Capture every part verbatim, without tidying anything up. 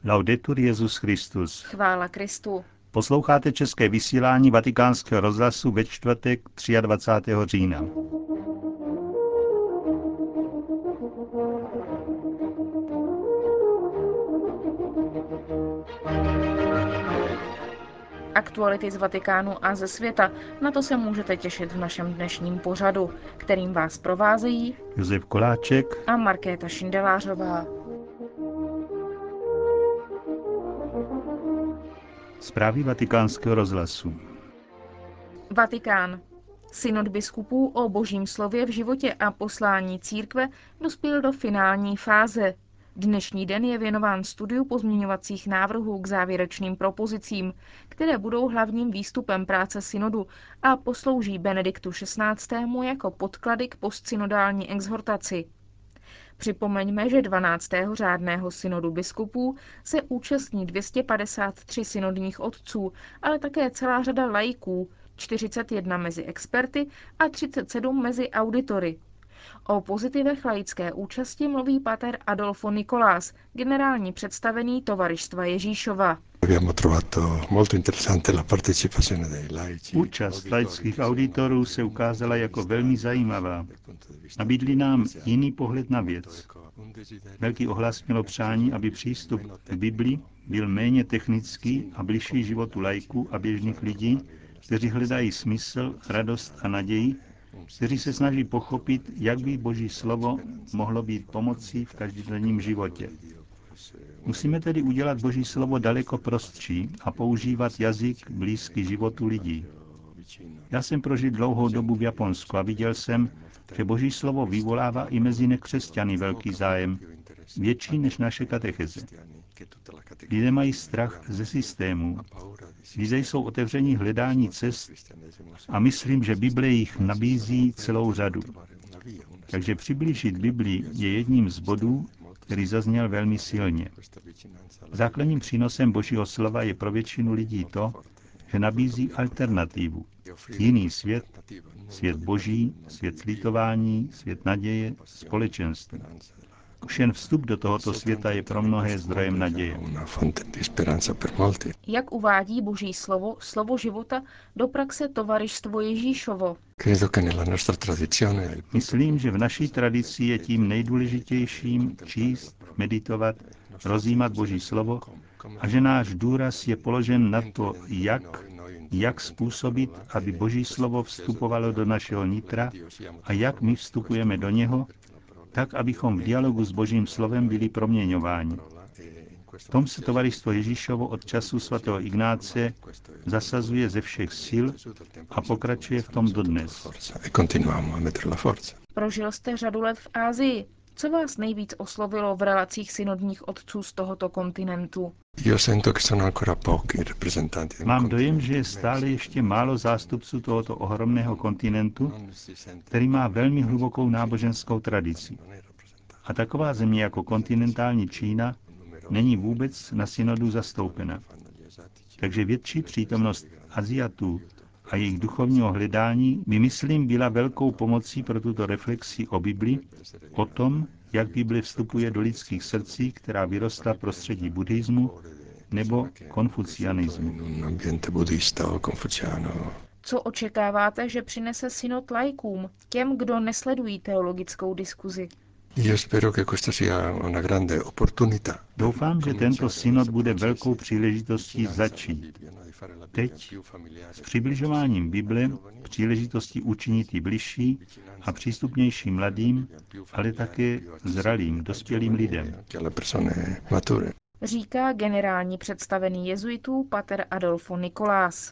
Laudetur Jesus Christus. Chvála Kristu. Posloucháte české vysílání Vatikánského rozhlasu ve čtvrtek dvacátého třetího října. Aktuality z Vatikánu a ze světa, na to se můžete těšit v našem dnešním pořadu, kterým vás provázejí Josef Koláček a Markéta Šindelářová. Zprávy Vatikánského rozhlasu. Vatikán. Synod biskupů o Božím slově v životě a poslání církve dospěl do finální fáze. Dnešní den je věnován studiu pozměňovacích návrhů k závěrečným propozicím, které budou hlavním výstupem práce synodu a poslouží Benediktu šestnáctému jako podklady k postsynodální exhortaci. Připomeňme, že dvanáctého řádného synodu biskupů se účastní dvě stě padesát tři synodních otců, ale také celá řada laiků, čtyřicet jedna mezi experty a třicet sedm mezi auditory. O pozitivech laické účasti mluví pater Adolfo Nicolás, generální představený Tovaristva Ježíšova. Účast laických auditorů se ukázala jako velmi zajímavá. Nabídli nám jiný pohled na věc. Velký ohlas mělo přání, aby přístup k Biblii byl méně technický a bližší životu laiků a běžných lidí, kteří hledají smysl, radost a naději, kteří se snaží pochopit, jak by Boží slovo mohlo být pomocí v každodenním životě. Musíme tedy udělat Boží slovo daleko prostší a používat jazyk blízký životu lidí. Já jsem prožil dlouhou dobu v Japonsku a viděl jsem, že Boží slovo vyvolává i mezi nekřesťany velký zájem, větší než naše katecheze. Lidé mají strach ze systému. Lidé jsou otevření hledání cest a myslím, že Bible jich nabízí celou řadu. Takže přiblížit Biblii je jedním z bodů, který zazněl velmi silně. Základním přínosem Božího slova je pro většinu lidí to, že nabízí alternativu. Jiný svět, svět Boží, svět slitování, svět naděje, společenství. Už jen vstup do tohoto světa je pro mnohé zdrojem naděje. Jak uvádí Boží slovo, slovo života, do praxe Tovaristvo Ježíšovo. Myslím, že v naší tradici je tím nejdůležitějším číst, meditovat, rozjímat Boží slovo a že náš důraz je položen na to, jak, jak způsobit, aby Boží slovo vstupovalo do našeho nitra a jak my vstupujeme do něho, tak, abychom v dialogu s Božím slovem byli proměňováni. V tom se Tovaristvo Ježíšovo od času svatého Ignáce zasazuje ze všech sil a pokračuje v tom dodnes. Prožil jste řadu let v Asii. Co vás nejvíc oslovilo v relacích synodních otců z tohoto kontinentu? Mám dojem, že je stále ještě málo zástupců tohoto ohromného kontinentu, který má velmi hlubokou náboženskou tradici. A taková země jako kontinentální Čína není vůbec na synodu zastoupena. Takže větší přítomnost Asiatů a jejich duchovního hledání by, myslím, byla velkou pomocí pro tuto reflexi o Bibli, o tom, jak Bible vstupuje do lidských srdcí, která vyrostla v prostředí buddhismu nebo konfucianismu. Co očekáváte, že přinese synod laikům, těm, kdo nesledují teologickou diskuzi? Doufám, že tento synod bude velkou příležitostí začít. Teď s přibližováním Bible příležitostí učinit ji bližší a přístupnější mladým, ale také zralým, dospělým lidem. Říká generální představený jezuitů pater Adolfo Nicolás.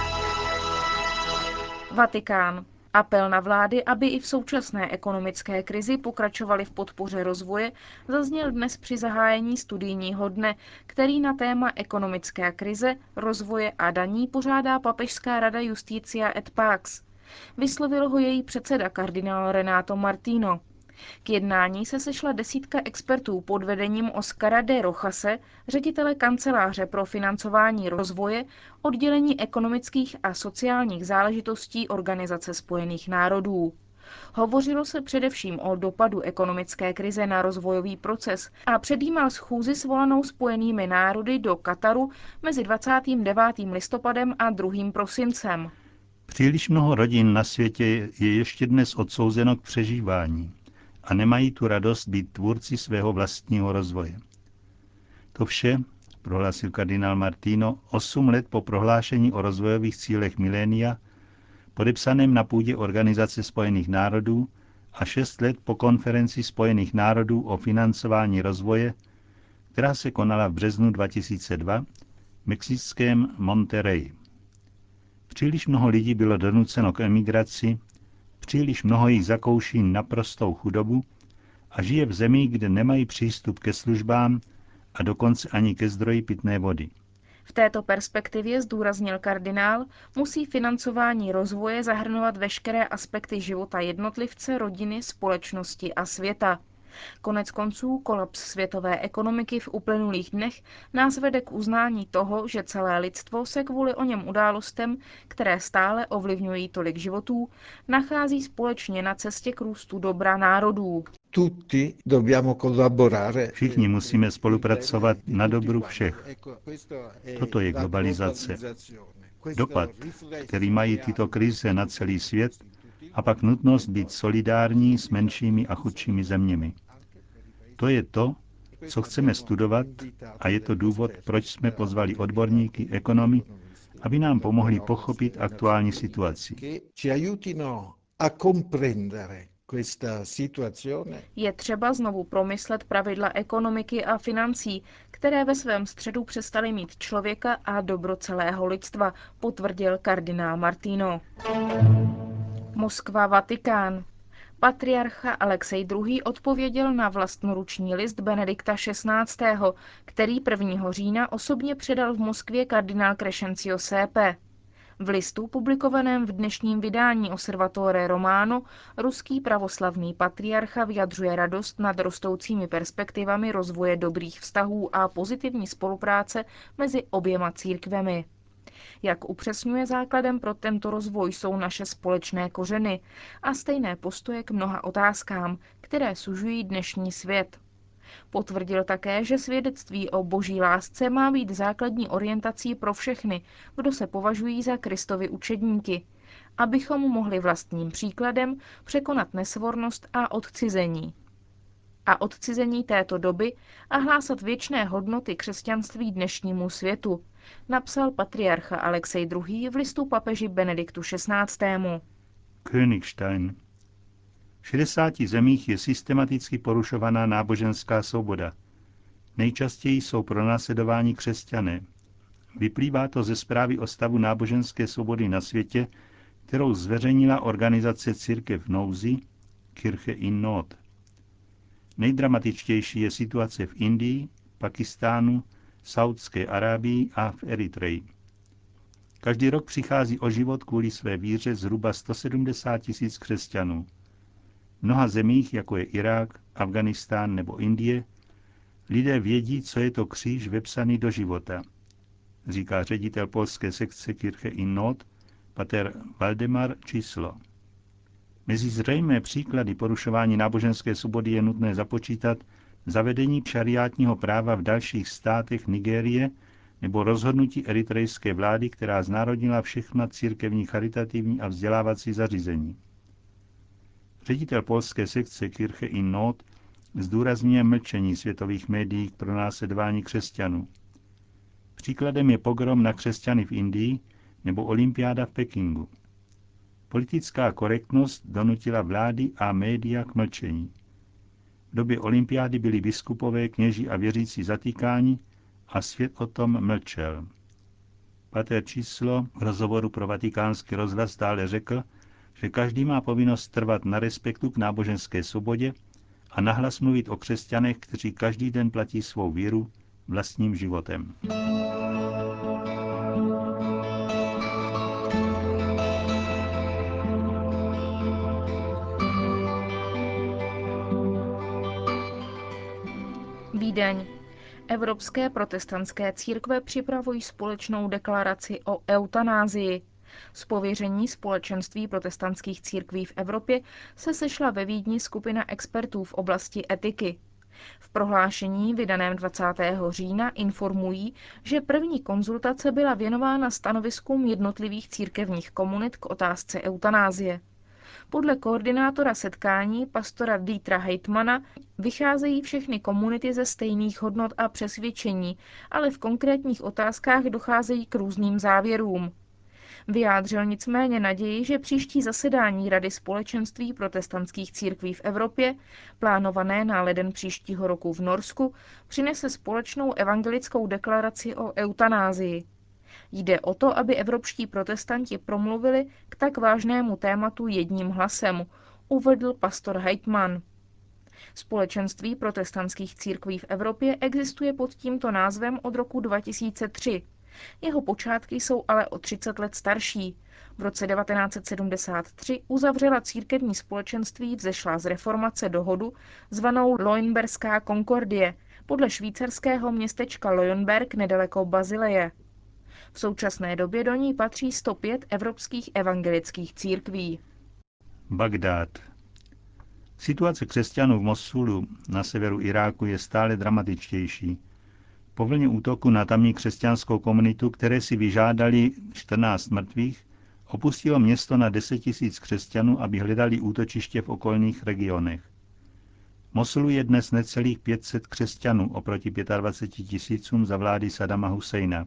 Vatikán. Apel na vlády, aby i v současné ekonomické krizi pokračovali v podpoře rozvoje, zazněl dnes při zahájení studijního dne, který na téma ekonomické krize, rozvoje a daní pořádá Papežská rada Justitia et Pax. Vyslovil ho její předseda kardinál Renato Martino. K jednání se sešla desítka expertů pod vedením Oscara de Rochase, ředitele kanceláře pro financování rozvoje, oddělení ekonomických a sociálních záležitostí Organizace spojených národů. Hovořilo se především o dopadu ekonomické krize na rozvojový proces a předjímal schůzi svolanou Spojenými národy do Kataru mezi dvacátým devátým listopadem a druhým prosincem. Příliš mnoho rodin na světě je ještě dnes odsouzeno k přežívání a nemají tu radost být tvůrci svého vlastního rozvoje. To vše, prohlásil kardinál Martino, osm let po prohlášení o rozvojových cílech milénia, podepsaném na půdě Organizace spojených národů a šest let po konferenci Spojených národů o financování rozvoje, která se konala v březnu dva tisíce dva v mexickém Monterrey. Příliš mnoho lidí bylo donuceno k emigraci, příliš mnoho jich zakouší naprostou chudobu a žije v zemi, kde nemají přístup ke službám a dokonce ani ke zdroji pitné vody. V této perspektivě, zdůraznil kardinál, musí financování rozvoje zahrnovat veškeré aspekty života jednotlivce, rodiny, společnosti a světa. Konec konců kolaps světové ekonomiky v uplynulých dnech nás vede k uznání toho, že celé lidstvo se kvůli oněm událostem, které stále ovlivňují tolik životů, nachází společně na cestě k růstu dobra národů. Všichni musíme spolupracovat na dobru všech. Toto je globalizace. Dopad, který mají tyto krize na celý svět, a pak nutnost být solidární s menšími a chudšími zeměmi. To je to, co chceme studovat, a je to důvod, proč jsme pozvali odborníky, ekonomy, aby nám pomohli pochopit aktuální situaci. Je třeba znovu promyslet pravidla ekonomiky a financí, které ve svém středu přestaly mít člověka a dobro celého lidstva, potvrdil kardinál Martino. Moskva, Vatikán. Patriarcha Alexej druhý. odpověděl na vlastnoruční list Benedikta šestnáctého., který prvního října osobně předal v Moskvě kardinál Crescencio Sepe. V listu, publikovaném v dnešním vydání Osservatore Romano, ruský pravoslavný patriarcha vyjadřuje radost nad rostoucími perspektivami rozvoje dobrých vztahů a pozitivní spolupráce mezi oběma církvemi. Jak upřesňuje, základem pro tento rozvoj jsou naše společné kořeny a stejné postoje k mnoha otázkám, které sužují dnešní svět. Potvrdil také, že svědectví o boží lásce má být základní orientací pro všechny, kdo se považují za Kristovy učedníky, abychom mohli vlastním příkladem překonat nesvornost a odcizení. A odcizení této doby a hlásat věčné hodnoty křesťanství dnešnímu světu, napsal patriarcha Alexej druhý. v listu papeži Benediktu šestnáctému. Königstein. V šedesáti zemích je systematicky porušovaná náboženská svoboda. Nejčastěji jsou pronásledováni křesťané. Vyplývá to ze zprávy o stavu náboženské svobody na světě, kterou zveřejnila organizace Církev v nouzi, Kirche in Not. Nejdramatičtější je situace v Indii, Pakistánu, Saúdské Arábii a v Eritreji. Každý rok přichází o život kvůli své víře zhruba sto sedmdesát tisíc křesťanů. V mnoha zemích, jako je Irák, Afghánistán nebo Indie, lidé vědí, co je to kříž vepsaný do života, říká ředitel polské sekce Kirche in Not, pater Valdemar Číslo. Mezi zřejmé příklady porušování náboženské svobody je nutné započítat zavedení šariátního práva v dalších státech Nigérie nebo rozhodnutí eritrejské vlády, která znárodnila všechna církevní charitativní a vzdělávací zařízení. Ředitel polské sekce Kirche in Not zdůrazňuje mlčení světových médií k pronásledování křesťanů. Příkladem je pogrom na křesťany v Indii nebo olympiáda v Pekingu. Politická korektnost donutila vlády a média k mlčení. V době olympiády byli biskupové, kněží a věřící zatýkáni a svět o tom mlčel. Pater Číslo v rozhovoru pro Vatikánský rozhlas dále řekl, že každý má povinnost trvat na respektu k náboženské svobodě a nahlas mluvit o křesťanech, kteří každý den platí svou víru vlastním životem. Vídeň. Evropské protestantské církve připravují společnou deklaraci o eutanázii. Z pověření Společenství protestantských církví v Evropě se sešla ve Vídni skupina expertů v oblasti etiky. V prohlášení vydaném dvacátého října informují, že první konzultace byla věnována stanoviskům jednotlivých církevních komunit k otázce eutanázie. Podle koordinátora setkání, pastora Dietera Heitmana, vycházejí všechny komunity ze stejných hodnot a přesvědčení, ale v konkrétních otázkách docházejí k různým závěrům. Vyjádřil nicméně naději, že příští zasedání Rady společenství protestantských církví v Evropě, plánované na leden příštího roku v Norsku, přinese společnou evangelickou deklaraci o eutanázii. Jde o to, aby evropští protestanti promluvili k tak vážnému tématu jedním hlasem, uvedl pastor Heitman. Společenství protestantských církví v Evropě existuje pod tímto názvem od roku dva tisíce tři. Jeho počátky jsou ale o třicet let starší. V roce devatenáct set sedmdesát tři uzavřela církevní společenství vzešlá z reformace dohodu zvanou Loimberská konkordie podle švýcarského městečka Loyenberg nedaleko Bazileje. V současné době do ní patří sto pět evropských evangelických církví. Bagdád. Situace křesťanů v Mosulu na severu Iráku je stále dramatičtější. Po vlně útoku na tamní křesťanskou komunitu, které si vyžádali čtrnáct mrtvých, opustilo město na deset tisíc křesťanů, aby hledali útočiště v okolních regionech. V Mosulu je dnes necelých pět set křesťanů oproti dvaceti pěti tisícům za vlády Sadama Husajna.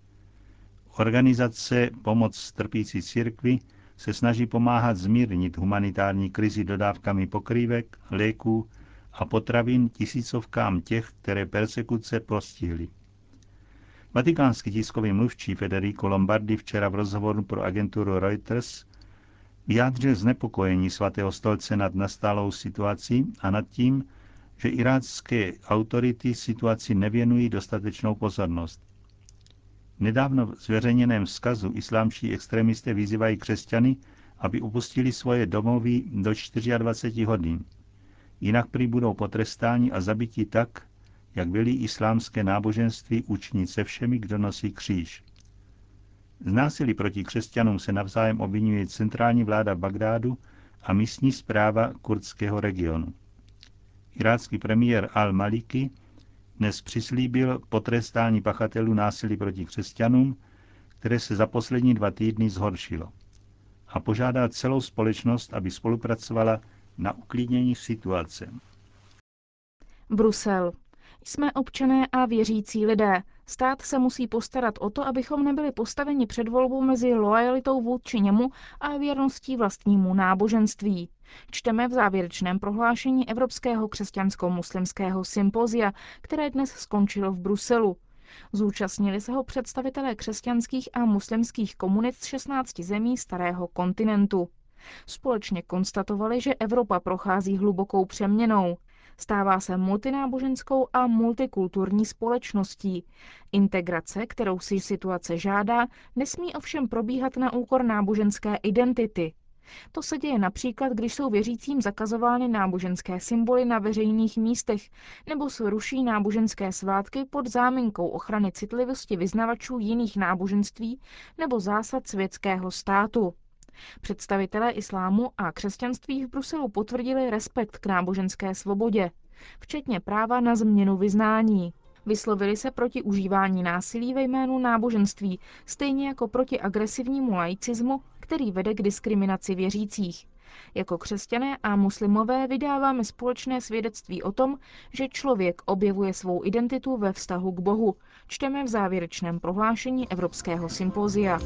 Organizace Pomoc trpící církvi se snaží pomáhat zmírnit humanitární krizi dodávkami pokrývek, léků a potravin tisícovkám těch, které persekuce postihly. Vatikánský tiskový mluvčí Federico Lombardi včera v rozhovoru pro agenturu Reuters vyjádřil znepokojení svatého stolce nad nastálou situací a nad tím, že irácké autority situaci nevěnují dostatečnou pozornost. V nedávno zveřejněném vzkazu islámští extremisté vyzývají křesťany, aby opustili svoje domovy do dvaceti čtyř hodin. Jinak prý budou potrestáni a zabiti tak, jak velí islámské náboženství učinit se všemi, kdo nosí kříž. Z násilí proti křesťanům se navzájem obviňuje centrální vláda Bagdádu a místní správa kurdského regionu. Irácký premiér Al-Maliki dnes přislíbil potrestání pachatelů násilí proti křesťanům, které se za poslední dva týdny zhoršilo, a požádal celou společnost, aby spolupracovala na uklidnění situace. Brusel. Jsme občané a věřící lidé. Stát se musí postarat o to, abychom nebyli postaveni před volbou mezi loajalitou vůči němu a věrností vlastnímu náboženství. Čteme v závěrečném prohlášení Evropského křesťansko-muslimského sympozia, které dnes skončilo v Bruselu. Zúčastnili se ho představitelé křesťanských a muslimských komunit z šestnácti zemí starého kontinentu. Společně konstatovali, že Evropa prochází hlubokou přeměnou. Stává se multináboženskou a multikulturní společností. Integrace, kterou si situace žádá, nesmí ovšem probíhat na úkor náboženské identity. To se děje například, když jsou věřícím zakazovány náboženské symboly na veřejných místech nebo se ruší náboženské svátky pod záminkou ochrany citlivosti vyznavačů jiných náboženství nebo zásad světského státu. Představitelé islámu a křesťanství v Bruselu potvrdili respekt k náboženské svobodě, včetně práva na změnu vyznání. Vyslovili se proti užívání násilí ve jménu náboženství, stejně jako proti agresivnímu laicismu, který vede k diskriminaci věřících. Jako křesťané a muslimové vydáváme společné svědectví o tom, že člověk objevuje svou identitu ve vztahu k Bohu. Čteme v závěrečném prohlášení Evropského sympozia.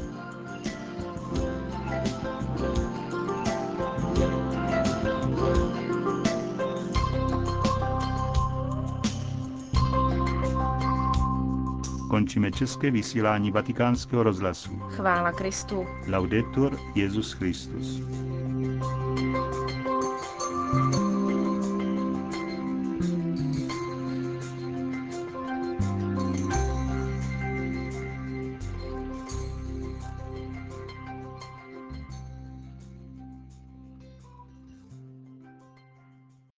Končíme české vysílání Vatikánského rozhlasu. Chvála Kristu. Laudetur Jesus Christus.